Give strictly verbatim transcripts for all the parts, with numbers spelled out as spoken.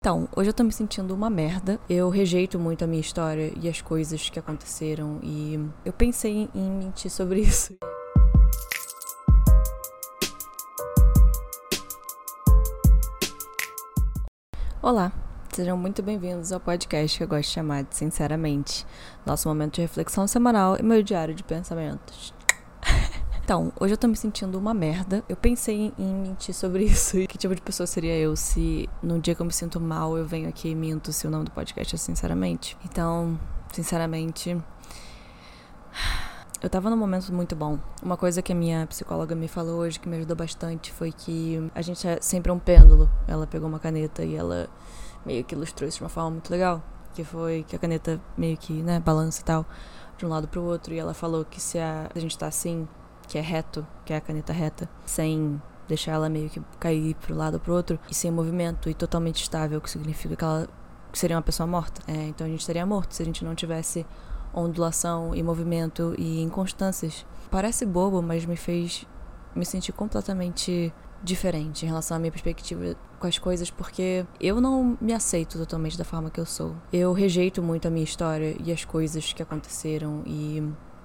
Então, hoje eu tô me sentindo uma merda. Eu rejeito muito a minha história e as coisas que aconteceram e eu pensei em mentir sobre isso. Olá, sejam muito bem-vindos ao podcast que eu gosto de chamar de Sinceramente, nosso momento de reflexão semanal e meu diário de pensamentos. Então, hoje eu tô me sentindo uma merda. Eu pensei em mentir sobre isso. Que tipo de pessoa seria eu se num dia que eu me sinto mal eu venho aqui e minto se o nome do podcast é Sinceramente? Então, sinceramente, eu tava num momento muito bom. Uma coisa que a minha psicóloga me falou hoje que me ajudou bastante foi que a gente é sempre um pêndulo. Ela pegou uma caneta e ela meio que ilustrou isso de uma forma muito legal. Que foi que a caneta meio que, né, balança e tal, de um lado pro outro. E ela falou que se a, a gente tá assim, que é reto, que é a caneta reta, sem deixar ela meio que cair pro lado ou pro outro, e sem movimento e totalmente estável, que significa que ela que seria uma pessoa morta. É, então a gente seria morto se a gente não tivesse ondulação e movimento e inconstâncias. Parece bobo, mas me fez me sentir completamente diferente em relação à minha perspectiva com as coisas, porque eu não me aceito totalmente da forma que eu sou. Eu rejeito muito a minha história e as coisas que aconteceram e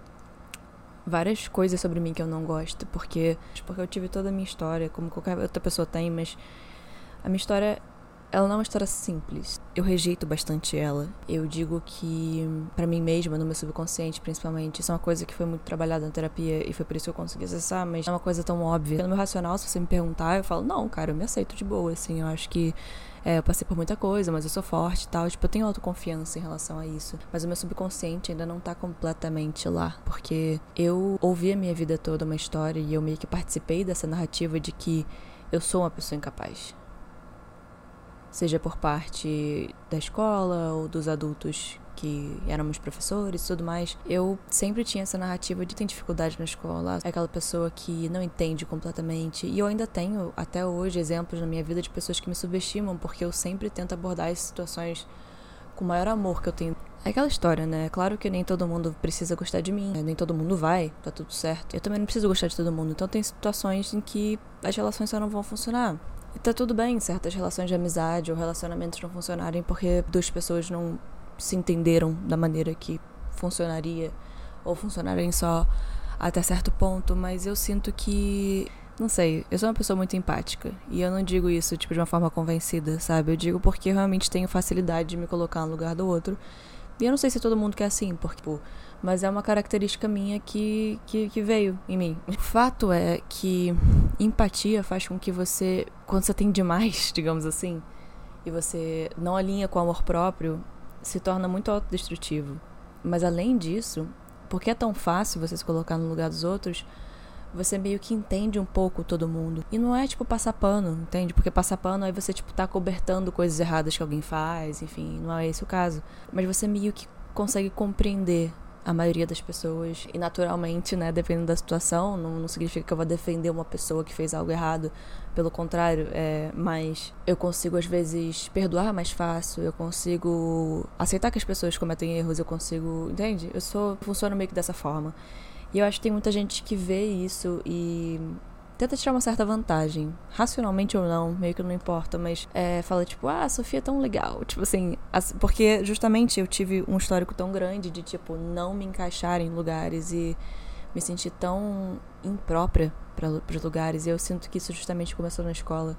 várias coisas sobre mim que eu não gosto, porque, porque eu tive toda a minha história, como qualquer outra pessoa tem, mas a minha história, ela não é uma história simples. Eu rejeito bastante ela. Eu digo que, pra mim mesma, no meu subconsciente, principalmente, isso é uma coisa que foi muito trabalhada na terapia e foi por isso que eu consegui acessar, mas é uma coisa tão óbvia. No meu racional, se você me perguntar, eu falo, não, cara, eu me aceito de boa, assim, eu acho que É, eu passei por muita coisa, mas eu sou forte e tal. Tipo, eu tenho autoconfiança em relação a isso. Mas o meu subconsciente ainda não tá completamente lá. Porque eu ouvi a minha vida toda uma história e eu meio que participei dessa narrativa de que eu sou uma pessoa incapaz. Seja por parte da escola ou dos adultos que éramos professores e tudo mais. Eu sempre tinha essa narrativa de ter dificuldade na escola, é aquela pessoa que não entende completamente. E eu ainda tenho, até hoje, exemplos na minha vida de pessoas que me subestimam, porque eu sempre tento abordar as situações com o maior amor que eu tenho. É aquela história, né? Claro que nem todo mundo precisa gostar de mim, né? Nem todo mundo vai, tá tudo certo. Eu também não preciso gostar de todo mundo, então tem situações em que as relações só não vão funcionar. E tá tudo bem certas relações de amizade ou relacionamentos não funcionarem porque duas pessoas não se entenderam da maneira que funcionaria ou funcionarem só até certo ponto, mas eu sinto que, não sei, eu sou uma pessoa muito empática e eu não digo isso tipo de uma forma convencida, sabe? Eu digo porque eu realmente tenho facilidade de me colocar no lugar do outro e eu não sei se todo mundo quer assim, porque, tipo, mas é uma característica minha que, que, que veio em mim. O fato é que empatia faz com que você, quando você tem demais, digamos assim, e você não alinha com o amor próprio, se torna muito autodestrutivo. Mas além disso, porque é tão fácil você se colocar no lugar dos outros, você meio que entende um pouco todo mundo. E não é tipo passar pano, entende? Porque passar pano aí você tipo tá cobertando coisas erradas que alguém faz, enfim, não é esse o caso. Mas você meio que consegue compreender a maioria das pessoas. E naturalmente, né, dependendo da situação, não, não significa que eu vou defender uma pessoa que fez algo errado. Pelo contrário, é, mas eu consigo às vezes perdoar mais fácil, eu consigo aceitar que as pessoas cometem erros, eu consigo, entende? Eu sou, funciono meio que dessa forma. E eu acho que tem muita gente que vê isso e tenta tirar uma certa vantagem, racionalmente ou não, meio que não importa, mas é, fala tipo, ah, a Sofia é tão legal, tipo assim, porque justamente eu tive um histórico tão grande de tipo, não me encaixar em lugares e me sentir tão imprópria para os lugares, e eu sinto que isso justamente começou na escola,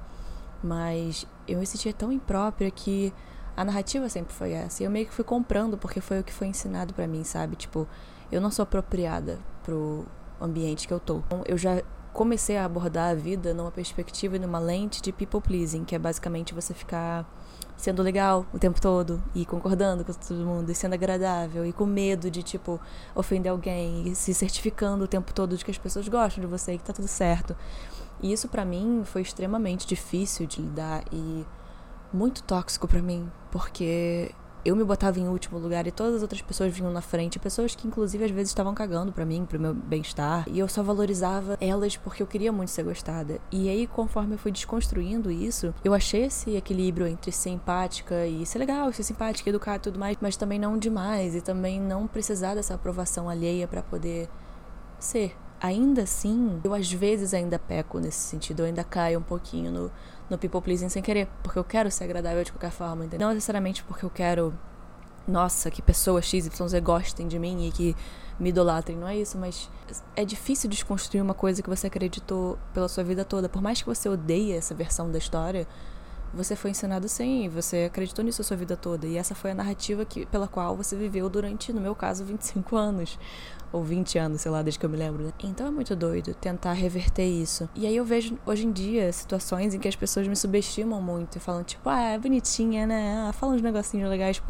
mas eu me sentia tão imprópria que a narrativa sempre foi essa, e eu meio que fui comprando porque foi o que foi ensinado pra mim, sabe, tipo, eu não sou apropriada pro ambiente que eu tô, então, eu já comecei a abordar a vida numa perspectiva e numa lente de people pleasing, que é basicamente você ficar sendo legal o tempo todo e concordando com todo mundo e sendo agradável e com medo de, tipo, ofender alguém e se certificando o tempo todo de que as pessoas gostam de você e que tá tudo certo. E isso pra mim foi extremamente difícil de lidar e muito tóxico pra mim, porque eu me botava em último lugar e todas as outras pessoas vinham na frente, pessoas que inclusive às vezes estavam cagando pra mim, pro meu bem-estar, e eu só valorizava elas porque eu queria muito ser gostada. E aí, conforme eu fui desconstruindo isso, eu achei esse equilíbrio entre ser empática e ser legal, ser simpática, educar e tudo mais, mas também não demais, e também não precisar dessa aprovação alheia pra poder ser. Ainda assim, eu às vezes ainda peco nesse sentido, eu ainda caio um pouquinho no no people pleasing sem querer, porque eu quero ser agradável de qualquer forma, entendeu? Não necessariamente porque eu quero, nossa, que pessoas X Y Z gostem de mim e que me idolatrem, não é isso, mas é difícil desconstruir uma coisa que você acreditou pela sua vida toda. Por mais que você odeie essa versão da história, você foi ensinado sim, você acreditou nisso a sua vida toda, e essa foi a narrativa que, pela qual você viveu durante, no meu caso, vinte e cinco anos, ou vinte anos, sei lá, desde que eu me lembro, né? Então é muito doido tentar reverter isso. E aí eu vejo, hoje em dia, situações em que as pessoas me subestimam muito, e falam, tipo, ah, é bonitinha, né? Ah, fala uns negocinhos legais, tipo...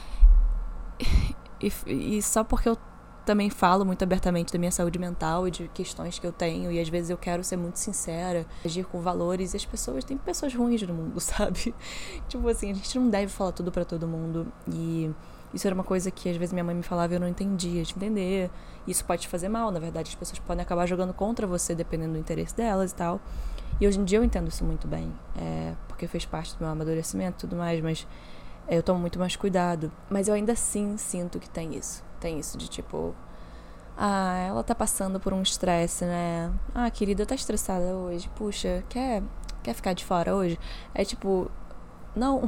E, e só porque eu também falo muito abertamente da minha saúde mental e de questões que eu tenho, e às vezes eu quero ser muito sincera, agir com valores, e as pessoas, tem pessoas ruins no mundo, sabe? Tipo assim, a gente não deve falar tudo pra todo mundo, e isso era uma coisa que às vezes minha mãe me falava e eu não entendia, de entender, isso pode te fazer mal, na verdade as pessoas podem acabar jogando contra você dependendo do interesse delas e tal, e hoje em dia eu entendo isso muito bem, é, porque fez parte do meu amadurecimento e tudo mais, mas eu tomo muito mais cuidado, mas eu ainda assim sinto que tem isso. Tem isso de tipo, ah, ela tá passando por um estresse, né? Ah, querida, tá estressada hoje. Puxa, quer, quer ficar de fora hoje? É tipo, não.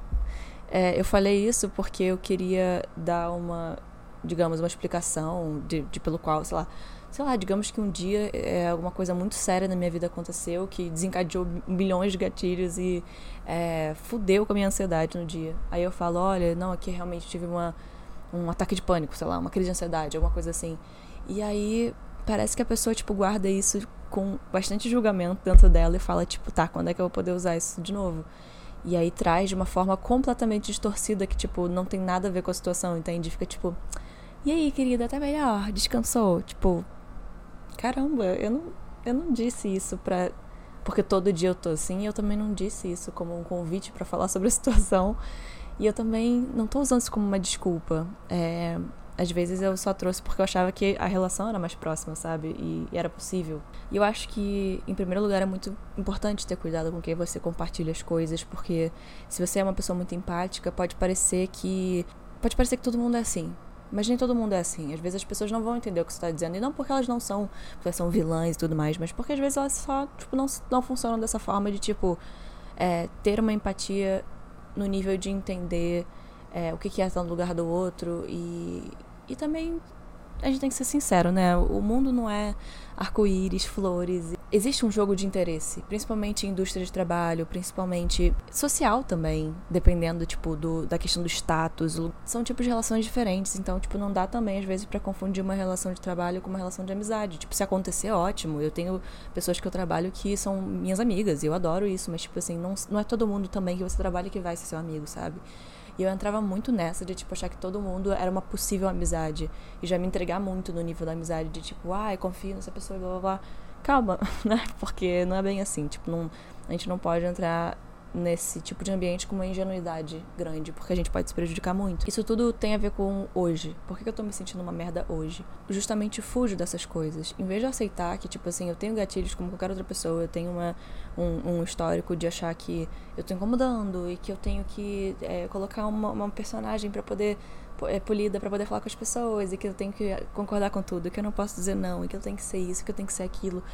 É, eu falei isso porque eu queria dar uma, digamos, uma explicação de, de pelo qual, sei lá, sei lá, digamos que um dia é, alguma coisa muito séria na minha vida aconteceu que desencadeou milhões de gatilhos e é, fudeu com a minha ansiedade no dia. Aí eu falo, olha, não, aqui realmente tive uma, um ataque de pânico, sei lá, uma crise de ansiedade, alguma coisa assim. E aí parece que a pessoa, tipo, guarda isso com bastante julgamento dentro dela e fala, tipo, tá, quando é que eu vou poder usar isso de novo? E aí traz de uma forma completamente distorcida que, tipo, não tem nada a ver com a situação, entende? Fica tipo, e aí, querida, tá melhor? Descansou? Tipo, caramba, eu não, eu não disse isso pra... Porque todo dia eu tô assim, e eu também não disse isso como um convite pra falar sobre a situação. E eu também não tô usando isso como uma desculpa. É... Às vezes eu só trouxe porque eu achava que a relação era mais próxima, sabe? E, e era possível. E eu acho que, em primeiro lugar, é muito importante ter cuidado com quem você compartilha as coisas, porque se você é uma pessoa muito empática, pode parecer que... Pode parecer que todo mundo é assim. Mas nem todo mundo é assim. Às vezes as pessoas não vão entender o que você tá dizendo. E não porque elas não são... Porque elas são vilãs e tudo mais, mas porque às vezes elas só, tipo, não, não funcionam dessa forma de, tipo... É, ter uma empatia no nível de entender... É, o que é estar no lugar do outro e, e também a gente tem que ser sincero, né? O mundo não é arco-íris, flores. Existe um jogo de interesse, principalmente em indústria de trabalho, principalmente social também, dependendo, tipo, do, da questão do status. São tipos de relações diferentes, então, tipo, não dá também, às vezes, pra confundir uma relação de trabalho com uma relação de amizade. Tipo, se acontecer, ótimo. Eu tenho pessoas que eu trabalho que são minhas amigas e eu adoro isso, mas, tipo assim, não, não é todo mundo também que você trabalha que vai ser seu amigo, sabe? E eu entrava muito nessa de, tipo, achar que todo mundo era uma possível amizade. E já me entregar muito no nível da amizade de, tipo, ah, eu confio nessa pessoa, blá, blá, blá. Calma, né? Porque não é bem assim. Tipo, não, a gente não pode entrar nesse tipo de ambiente com uma ingenuidade grande, porque a gente pode se prejudicar muito. Isso tudo tem a ver com hoje. Por que eu tô me sentindo uma merda hoje? Justamente fujo dessas coisas. Em vez de aceitar que, tipo assim, eu tenho gatilhos como qualquer outra pessoa, eu tenho uma, um, um histórico de achar que eu tô incomodando e que eu tenho que é, colocar uma, uma personagem pra poder é, polida pra poder falar com as pessoas e que eu tenho que concordar com tudo, que eu não posso dizer não, e que eu tenho que ser isso, que eu tenho que ser aquilo.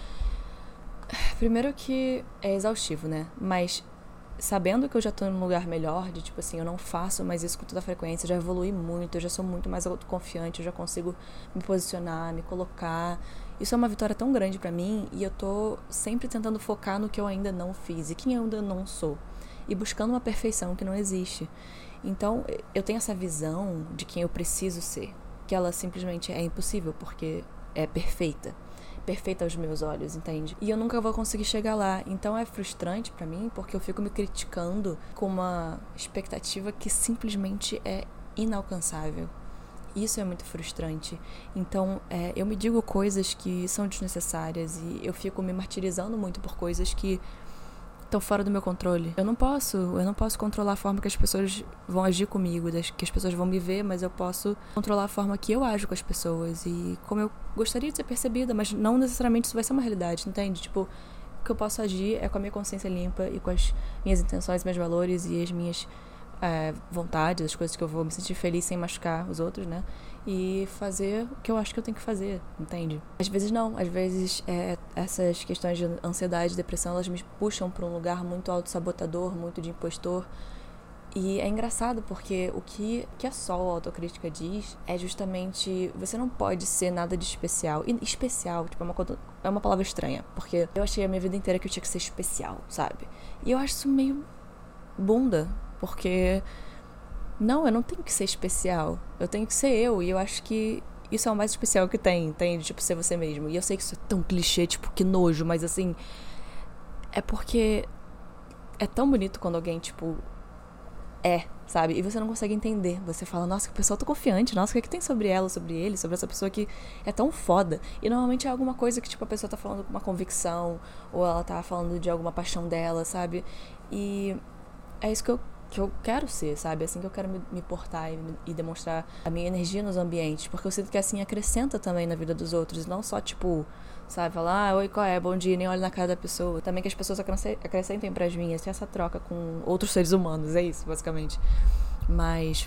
Primeiro que é exaustivo, né? Mas sabendo que eu já tô num lugar melhor, de tipo assim, eu não faço mais isso com toda a frequência, já evolui muito, eu já sou muito mais autoconfiante, eu já consigo me posicionar, me colocar. Isso é uma vitória tão grande pra mim e eu tô sempre tentando focar no que eu ainda não fiz e quem eu ainda não sou. E buscando uma perfeição que não existe. Então, eu tenho essa visão de quem eu preciso ser, que ela simplesmente é impossível, porque é perfeita. Perfeita aos meus olhos, entende? E eu nunca vou conseguir chegar lá. Então é frustrante pra mim, porque eu fico me criticando com uma expectativa que simplesmente é inalcançável. Isso é muito frustrante. Então, é, eu me digo coisas que são desnecessárias e eu fico me martirizando muito por coisas que estão fora do meu controle. Eu não posso, eu não posso controlar a forma que as pessoas vão agir comigo, que as pessoas vão me ver, mas eu posso controlar a forma que eu ajo com as pessoas e como eu gostaria de ser percebida, mas não necessariamente isso vai ser uma realidade, entende? Tipo, o que eu posso agir é com a minha consciência limpa e com as minhas intenções, meus valores e as minhas é, vontades, as coisas que eu vou me sentir feliz sem machucar os outros, né? E fazer o que eu acho que eu tenho que fazer, entende? Às vezes não, às vezes é, essas questões de ansiedade, depressão, elas me puxam para um lugar muito autossabotador, muito de impostor. E é engraçado porque o que, que a Sol, a autocrítica, diz é justamente você não pode ser nada de especial. E especial, tipo, é uma, é uma palavra estranha, porque eu achei a minha vida inteira que eu tinha que ser especial, sabe? E eu acho isso meio bunda, porque não, eu não tenho que ser especial, eu tenho que ser eu, e eu acho que isso é o mais especial que tem, entende? Tipo, ser você mesmo. E eu sei que isso é tão clichê, tipo, que nojo, mas assim, é porque é tão bonito quando alguém, tipo, é, sabe? E você não consegue entender. Você fala, nossa, que pessoa tão confiante, nossa, o que é que tem sobre ela, sobre ele, sobre essa pessoa que é tão foda. E normalmente é alguma coisa que, tipo, a pessoa tá falando com uma convicção, ou ela tá falando de alguma paixão dela, sabe? E é isso que eu, que eu quero ser, sabe? É assim que eu quero me, me portar e, e demonstrar a minha energia nos ambientes, porque eu sinto que assim acrescenta também na vida dos outros, não só, tipo, sabe, falar, ah, oi, qual é, bom dia, nem olho na cara da pessoa. Também que as pessoas acrescentem pras minhas, essa troca com outros seres humanos, é isso, basicamente. Mas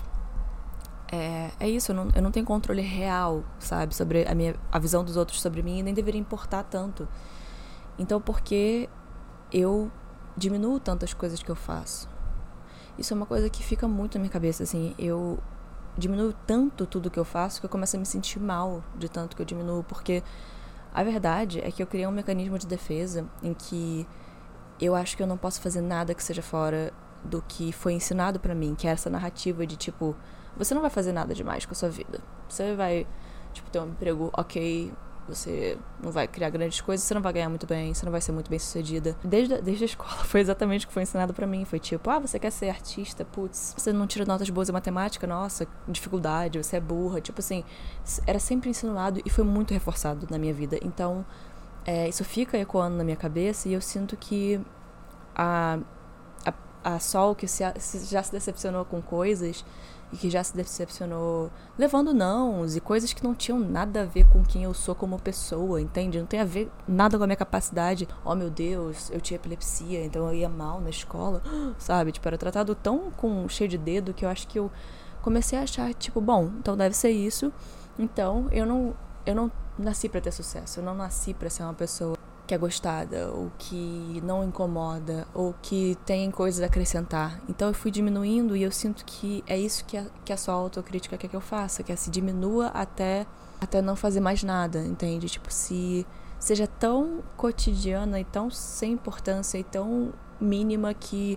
é, é isso, eu não, eu não tenho controle real, sabe, sobre a, minha, a visão dos outros sobre mim, e nem deveria importar tanto. Então, por que eu diminuo tantas coisas que eu faço? Isso é uma coisa que fica muito na minha cabeça, assim, eu diminuo tanto tudo que eu faço que eu começo a me sentir mal de tanto que eu diminuo, porque a verdade é que eu criei um mecanismo de defesa em que eu acho que eu não posso fazer nada que seja fora do que foi ensinado pra mim, que é essa narrativa de, tipo, você não vai fazer nada demais com a sua vida. Você vai, tipo, ter um emprego ok, você não vai criar grandes coisas, você não vai ganhar muito bem, você não vai ser muito bem sucedida. Desde a, desde a escola foi exatamente o que foi ensinado pra mim. Foi tipo, ah, você quer ser artista? Putz, você não tira notas boas em matemática? Nossa, dificuldade, você é burra. Tipo assim, era sempre insinuado e foi muito reforçado na minha vida. Então, é, isso fica ecoando na minha cabeça e eu sinto que a, a, a Sol, que se, se já se decepcionou com coisas e que já se decepcionou levando nãos e coisas que não tinham nada a ver com quem eu sou como pessoa, entende? Não tem a ver nada com a minha capacidade. Oh, meu Deus, eu tinha epilepsia, então eu ia mal na escola, sabe? Tipo, era tratado tão com cheio de dedo que eu acho que eu comecei a achar, tipo, bom, então deve ser isso. Então, eu não, eu não nasci pra ter sucesso, eu não nasci pra ser uma pessoa que é gostada, ou que não incomoda, ou que tem coisas a acrescentar. Então eu fui diminuindo e eu sinto que é isso que a, que a sua autocrítica quer que eu faça, que é se diminua até, até não fazer mais nada, entende? Tipo, se seja tão cotidiana e tão sem importância e tão mínima que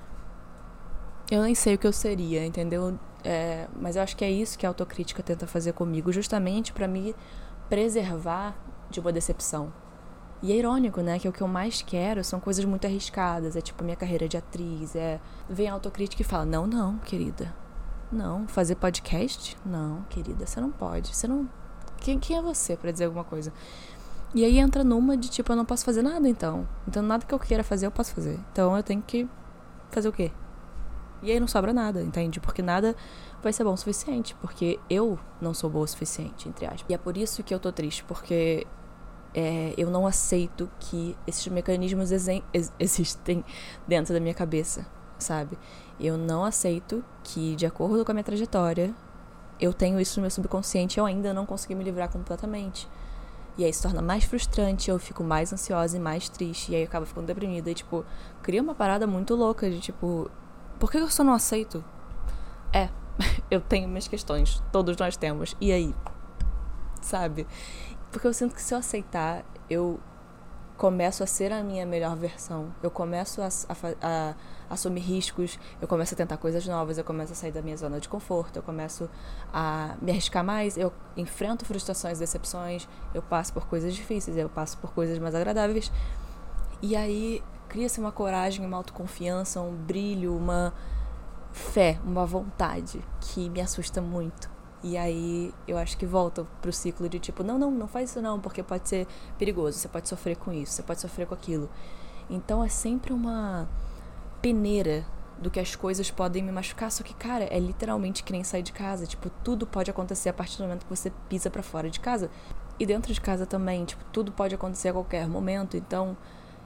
eu nem sei o que eu seria, entendeu? É, mas eu acho que é isso que a autocrítica tenta fazer comigo, justamente pra me preservar de uma decepção. E é irônico, né, que o que eu mais quero são coisas muito arriscadas, é tipo a minha carreira de atriz, é... Vem a autocrítica e fala, não, não, querida, não, fazer podcast? Não, querida, você não pode, você não... Quem, quem é você pra dizer alguma coisa? E aí entra numa de tipo, eu não posso fazer nada então, então nada que eu queira fazer eu posso fazer, então eu tenho que fazer o quê? E aí não sobra nada, entende? Porque nada vai ser bom o suficiente, porque eu não sou boa o suficiente, entre aspas. E é por isso que eu tô triste, porque... É, eu não aceito que esses mecanismos exen- ex- existem dentro da minha cabeça, sabe? Eu não aceito que, de acordo com a minha trajetória, eu tenho isso no meu subconsciente e eu ainda não consegui me livrar completamente. E aí se torna mais frustrante, eu fico mais ansiosa e mais triste, e aí eu acabo ficando deprimida. E, tipo, cria uma parada muito louca de, tipo, por que eu só não aceito? É, eu tenho minhas questões, todos nós temos, e aí? Sabe? Porque eu sinto que se eu aceitar, eu começo a ser a minha melhor versão. Eu começo a, a, a, a assumir riscos, eu começo a tentar coisas novas, eu começo a sair da minha zona de conforto, eu começo a me arriscar mais, eu enfrento frustrações, decepções, eu passo por coisas difíceis, eu passo por coisas mais agradáveis. E aí cria-se uma coragem, uma autoconfiança, um brilho, uma fé, uma vontade que me assusta muito. E aí eu acho que volta pro ciclo de tipo, não, não, não faz isso não, porque pode ser perigoso, você pode sofrer com isso, você pode sofrer com aquilo. Então é sempre uma peneira do que as coisas podem me machucar, só que, cara, é literalmente que nem sair de casa, tipo, tudo pode acontecer a partir do momento que você pisa pra fora de casa. E dentro de casa também, tipo, tudo pode acontecer a qualquer momento, então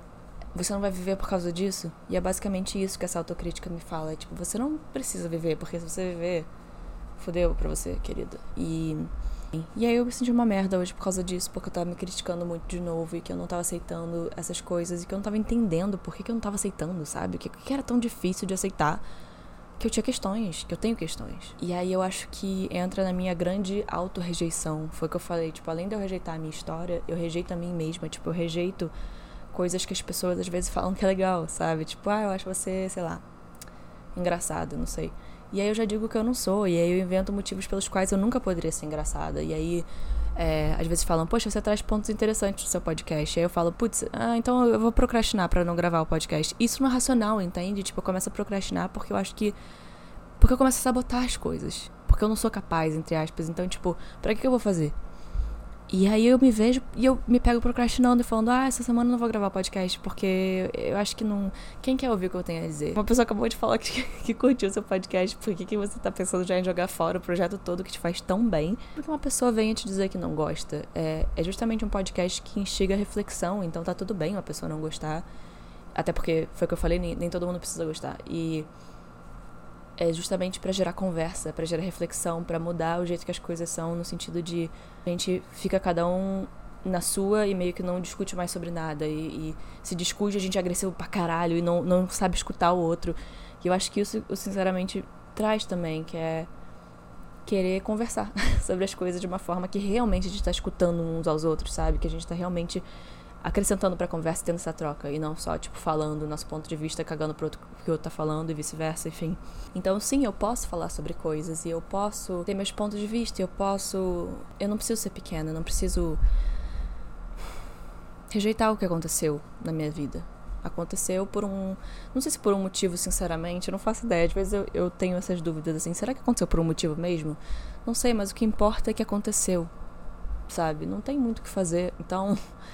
você não vai viver por causa disso. E é basicamente isso que essa autocrítica me fala. É tipo, você não precisa viver, porque se você viver, fodeu pra você, querida. E... E aí eu me senti uma merda hoje por causa disso, porque eu tava me criticando muito de novo e que eu não tava aceitando essas coisas e que eu não tava entendendo por que, que eu não tava aceitando, sabe? O que, que era tão difícil de aceitar, que eu tinha questões, que eu tenho questões. E aí eu acho que entra na minha grande auto-rejeição. Foi o que eu falei, tipo, além de eu rejeitar a minha história, eu rejeito a mim mesma. Tipo, eu rejeito coisas que as pessoas às vezes falam que é legal, sabe? Tipo, ah, eu acho você, sei lá, engraçado, não sei. E aí eu já digo que eu não sou, e aí eu invento motivos pelos quais eu nunca poderia ser engraçada. E aí, é, às vezes falam, poxa, você traz pontos interessantes no seu podcast. E aí eu falo, putz, ah, então eu vou procrastinar pra não gravar o podcast. Isso não é racional, entende? Tipo, eu começo a procrastinar porque eu acho que... Porque eu começo a sabotar as coisas. Porque eu não sou capaz, entre aspas. Então, tipo, pra que, que eu vou fazer? E aí eu me vejo e eu me pego procrastinando e falando, ah, essa semana eu não vou gravar podcast, porque eu acho que não... Quem quer ouvir o que eu tenho a dizer? Uma pessoa acabou de falar que, que curtiu o seu podcast, por que, que você tá pensando já em jogar fora o projeto todo que te faz tão bem? Porque uma pessoa venha te dizer que não gosta. É, é justamente um podcast que instiga a reflexão, então tá tudo bem uma pessoa não gostar. Até porque, foi o que eu falei, nem, nem todo mundo precisa gostar. E... é justamente pra gerar conversa, pra gerar reflexão, pra mudar o jeito que as coisas são, no sentido de a gente fica cada um na sua e meio que não discute mais sobre nada. E, e se discute, a gente é agressivo pra caralho e não, não sabe escutar o outro. E eu acho que isso, sinceramente, traz também, que é querer conversar sobre as coisas de uma forma que realmente a gente tá escutando uns aos outros, sabe? Que a gente tá realmente acrescentando pra conversa, tendo essa troca, e não só, tipo, falando nosso ponto de vista, cagando pro outro que o outro tá falando e vice-versa, enfim. Então, sim, eu posso falar sobre coisas e eu posso ter meus pontos de vista e eu posso... Eu não preciso ser pequena, eu não preciso rejeitar o que aconteceu na minha vida. Aconteceu por um... Não sei se por um motivo, sinceramente, eu não faço ideia. Às vezes eu, eu tenho essas dúvidas, assim, será que aconteceu por um motivo mesmo? Não sei, mas o que importa é que aconteceu, sabe? Não tem muito o que fazer, então...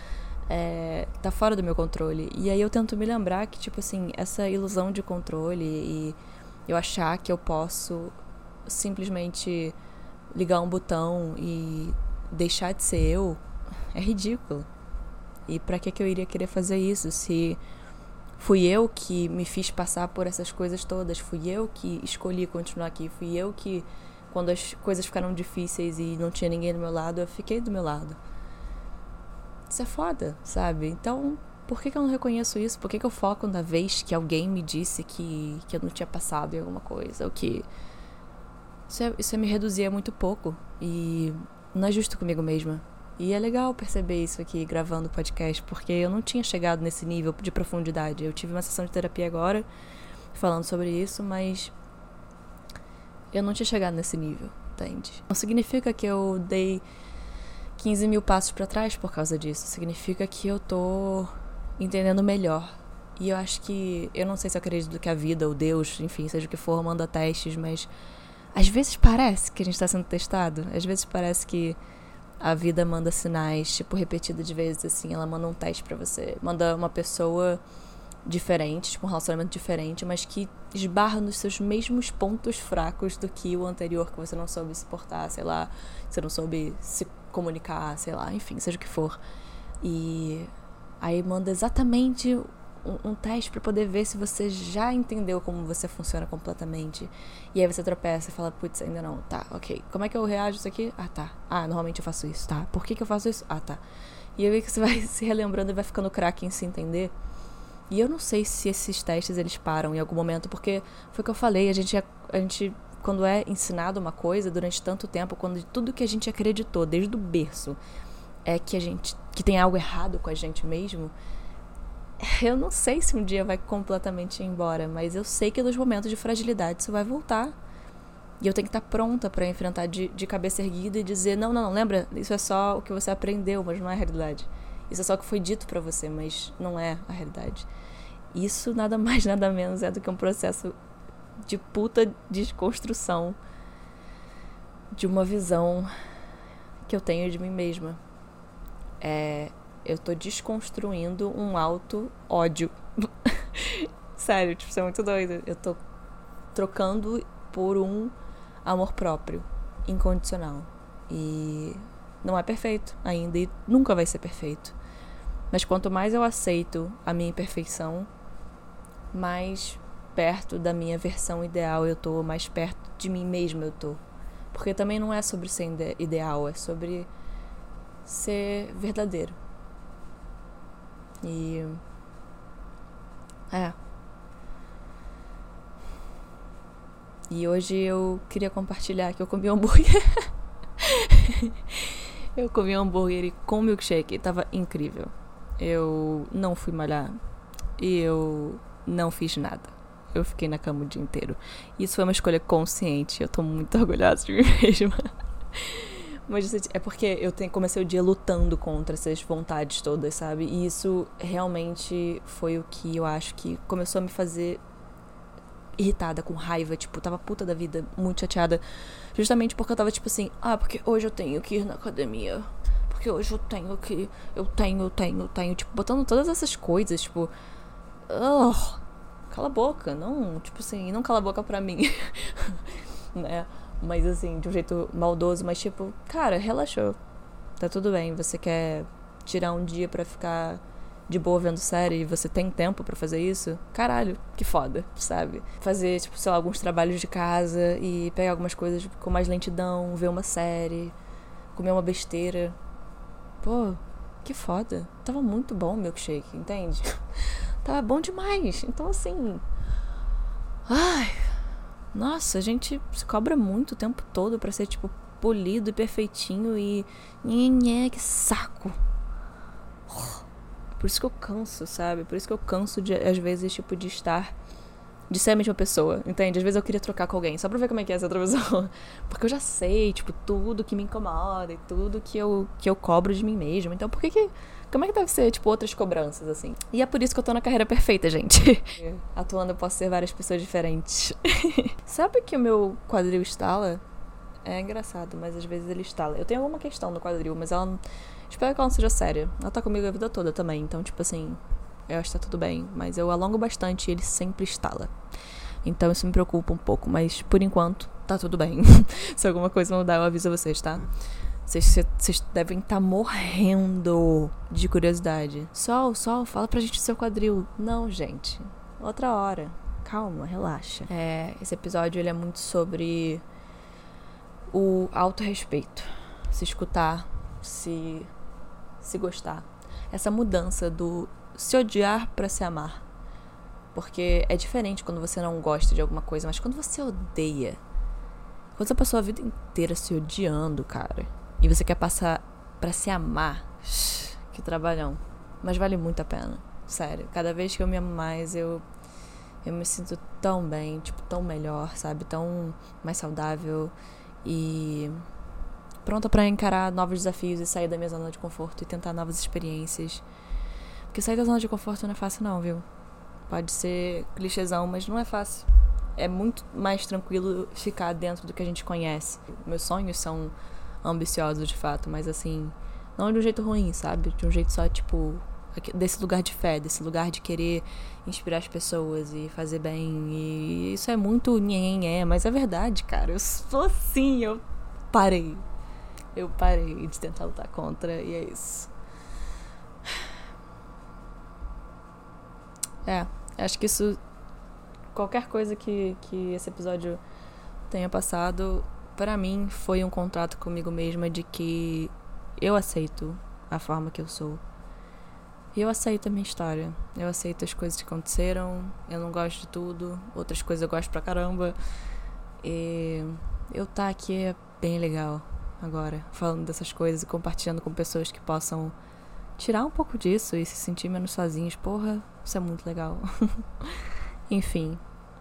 É, tá fora do meu controle. E aí eu tento me lembrar que, tipo assim, essa ilusão de controle e eu achar que eu posso simplesmente ligar um botão e deixar de ser eu é ridículo. E pra que que eu iria querer fazer isso se fui eu que me fiz passar por essas coisas todas, fui eu que escolhi continuar aqui, fui eu que, quando as coisas ficaram difíceis e não tinha ninguém do meu lado, eu fiquei do meu lado. Isso é foda, sabe? Então, por que que eu não reconheço isso? Por que que eu foco na vez que alguém me disse que, que eu não tinha passado em alguma coisa? Ou que... Isso é, isso é me reduzir a muito pouco. E não é justo comigo mesma. E é legal perceber isso aqui, gravando o podcast, porque eu não tinha chegado nesse nível de profundidade. Eu tive uma sessão de terapia agora, falando sobre isso, mas... eu não tinha chegado nesse nível, entende? Não significa que eu dei... quinze mil passos pra trás por causa disso. Significa que eu tô entendendo melhor. E eu acho que... eu não sei se eu acredito que a vida ou Deus, enfim, seja o que for, manda testes, mas... às vezes parece que a gente tá sendo testado. Às vezes parece que a vida manda sinais, tipo, repetidas de vezes, assim. Ela manda um teste pra você. Manda uma pessoa diferente, tipo, um relacionamento diferente, mas que esbarra nos seus mesmos pontos fracos do que o anterior, que você não soube suportar, sei lá. Você não soube se comunicar, sei lá, enfim, seja o que for. E aí manda exatamente um, um teste pra poder ver se você já entendeu como você funciona completamente. E aí você tropeça e fala, putz, ainda não, tá, ok. Como é que eu reajo isso aqui? Ah, tá. Ah, normalmente eu faço isso, tá. Por que que eu faço isso? Ah, tá. E aí você vai se relembrando e vai ficando craque em se entender. E eu não sei se esses testes, eles param em algum momento, porque foi o que eu falei, a gente, a gente quando é ensinado uma coisa durante tanto tempo, quando tudo que a gente acreditou desde o berço é que a gente, que tem algo errado com a gente mesmo, eu não sei se um dia vai completamente ir embora, mas eu sei que nos momentos de fragilidade isso vai voltar. E eu tenho que estar pronta pra enfrentar de, de cabeça erguida e dizer, não, não, não, lembra, isso é só o que você aprendeu, mas não é a realidade. Isso é só o que foi dito pra você, mas não é a realidade. Isso nada mais, nada menos é do que um processo de puta desconstrução de uma visão que eu tenho de mim mesma. É, eu tô desconstruindo um alto ódio. Sério, tipo, isso é muito doido. Eu tô trocando por um amor próprio, incondicional. E não é perfeito ainda, e nunca vai ser perfeito. Mas quanto mais eu aceito a minha imperfeição, mais perto da minha versão ideal eu tô, mais perto de mim mesma eu tô. Porque também não é sobre ser ideal, é sobre ser verdadeiro. E... é. E hoje eu queria compartilhar que eu comi um hambúrguer. Eu comi um hambúrguer com milkshake, tava incrível. Eu não fui malhar e eu não fiz nada. Eu fiquei na cama o dia inteiro. Isso foi uma escolha consciente. Eu tô muito orgulhosa de mim mesma. Mas é porque eu comecei o dia lutando contra essas vontades todas, sabe? E isso realmente foi o que eu acho que começou a me fazer irritada, com raiva, tipo, tava puta da vida, muito chateada, justamente porque eu tava tipo assim, ah, porque hoje eu tenho que ir na academia, porque hoje eu tenho que, eu tenho, eu tenho, eu tenho, tipo, botando todas essas coisas, tipo, oh, cala a boca, não, tipo assim, não cala a boca pra mim, né, mas assim, de um jeito maldoso, mas tipo, cara, relaxou, tá tudo bem, você quer tirar um dia pra ficar de boa vendo série e você tem tempo pra fazer isso, caralho, que foda, sabe? Fazer, tipo, sei lá, alguns trabalhos de casa e pegar algumas coisas com mais lentidão, ver uma série, comer uma besteira. Pô, que foda. Tava muito bom o milkshake, entende? Tava bom demais. Então, assim... ai... nossa, a gente se cobra muito o tempo todo pra ser, tipo, polido e perfeitinho e... nhe, que saco. Por isso que eu canso, sabe? Por isso que eu canso de, às vezes, tipo, de estar... de ser a mesma pessoa, entende? Às vezes eu queria trocar com alguém, só pra ver como é que é essa outra pessoa. Porque eu já sei, tipo, tudo que me incomoda e tudo que eu, que eu cobro de mim mesma. Então, por que que... como é que deve ser, tipo, outras cobranças, assim? E é por isso que eu tô na carreira perfeita, gente. Atuando eu posso ser várias pessoas diferentes. Sabe que o meu quadril estala? É engraçado, mas às vezes ele estala. Eu tenho alguma questão no quadril, mas ela... espero que ela não seja séria. Ela tá comigo a vida toda também, então, tipo assim... eu acho que tá tudo bem, mas eu alongo bastante e ele sempre estala. Então isso me preocupa um pouco, mas por enquanto tá tudo bem. Se alguma coisa mudar, eu aviso vocês, tá? Vocês, vocês devem estar tá morrendo de curiosidade. Sol, Sol, fala pra gente do seu quadril. Não, gente. Outra hora. Calma, relaxa. É, esse episódio ele é muito sobre o autorrespeito. Se escutar, se, se gostar. Essa mudança do se odiar pra se amar. Porque é diferente quando você não gosta de alguma coisa, mas quando você odeia, quando você passou a vida inteira se odiando, cara, e você quer passar pra se amar, que trabalhão. Mas vale muito a pena, sério. Cada vez que eu me amo mais, eu eu me sinto tão bem, tipo, tão melhor, sabe? Tão mais saudável e pronta pra encarar novos desafios e sair da minha zona de conforto e tentar novas experiências. Porque sair da zona de conforto não é fácil não, viu? Pode ser clichêzão, mas não é fácil. É muito mais tranquilo ficar dentro do que a gente conhece. Meus sonhos são ambiciosos, de fato, mas assim, não de um jeito ruim, sabe? De um jeito só, tipo, desse lugar de fé, desse lugar de querer inspirar as pessoas e fazer bem. E isso é muito nhenhenhé, mas é verdade, cara. Eu sou assim, eu parei. Eu parei de tentar lutar contra e é isso. É, acho que isso... qualquer coisa que, que esse episódio tenha passado, pra mim, foi um contrato comigo mesma de que eu aceito a forma que eu sou. E eu aceito a minha história. Eu aceito as coisas que aconteceram. Eu não gosto de tudo. Outras coisas eu gosto pra caramba. E eu tá aqui é bem legal agora, falando dessas coisas e compartilhando com pessoas que possam tirar um pouco disso e se sentir menos sozinhos. Porra, isso é muito legal. Enfim.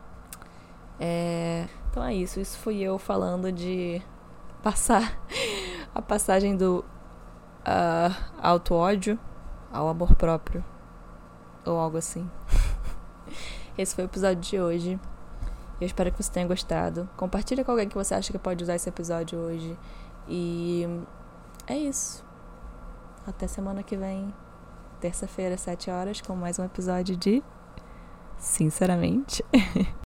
É... então é isso. Isso fui eu falando de passar a passagem do uh, auto-ódio ao amor próprio. Ou algo assim. Esse foi o episódio de hoje. Eu espero que você tenha gostado. Compartilha com alguém que você acha que pode usar esse episódio hoje. E é isso. Até semana que vem, terça-feira, sete horas, com mais um episódio de Sinceramente.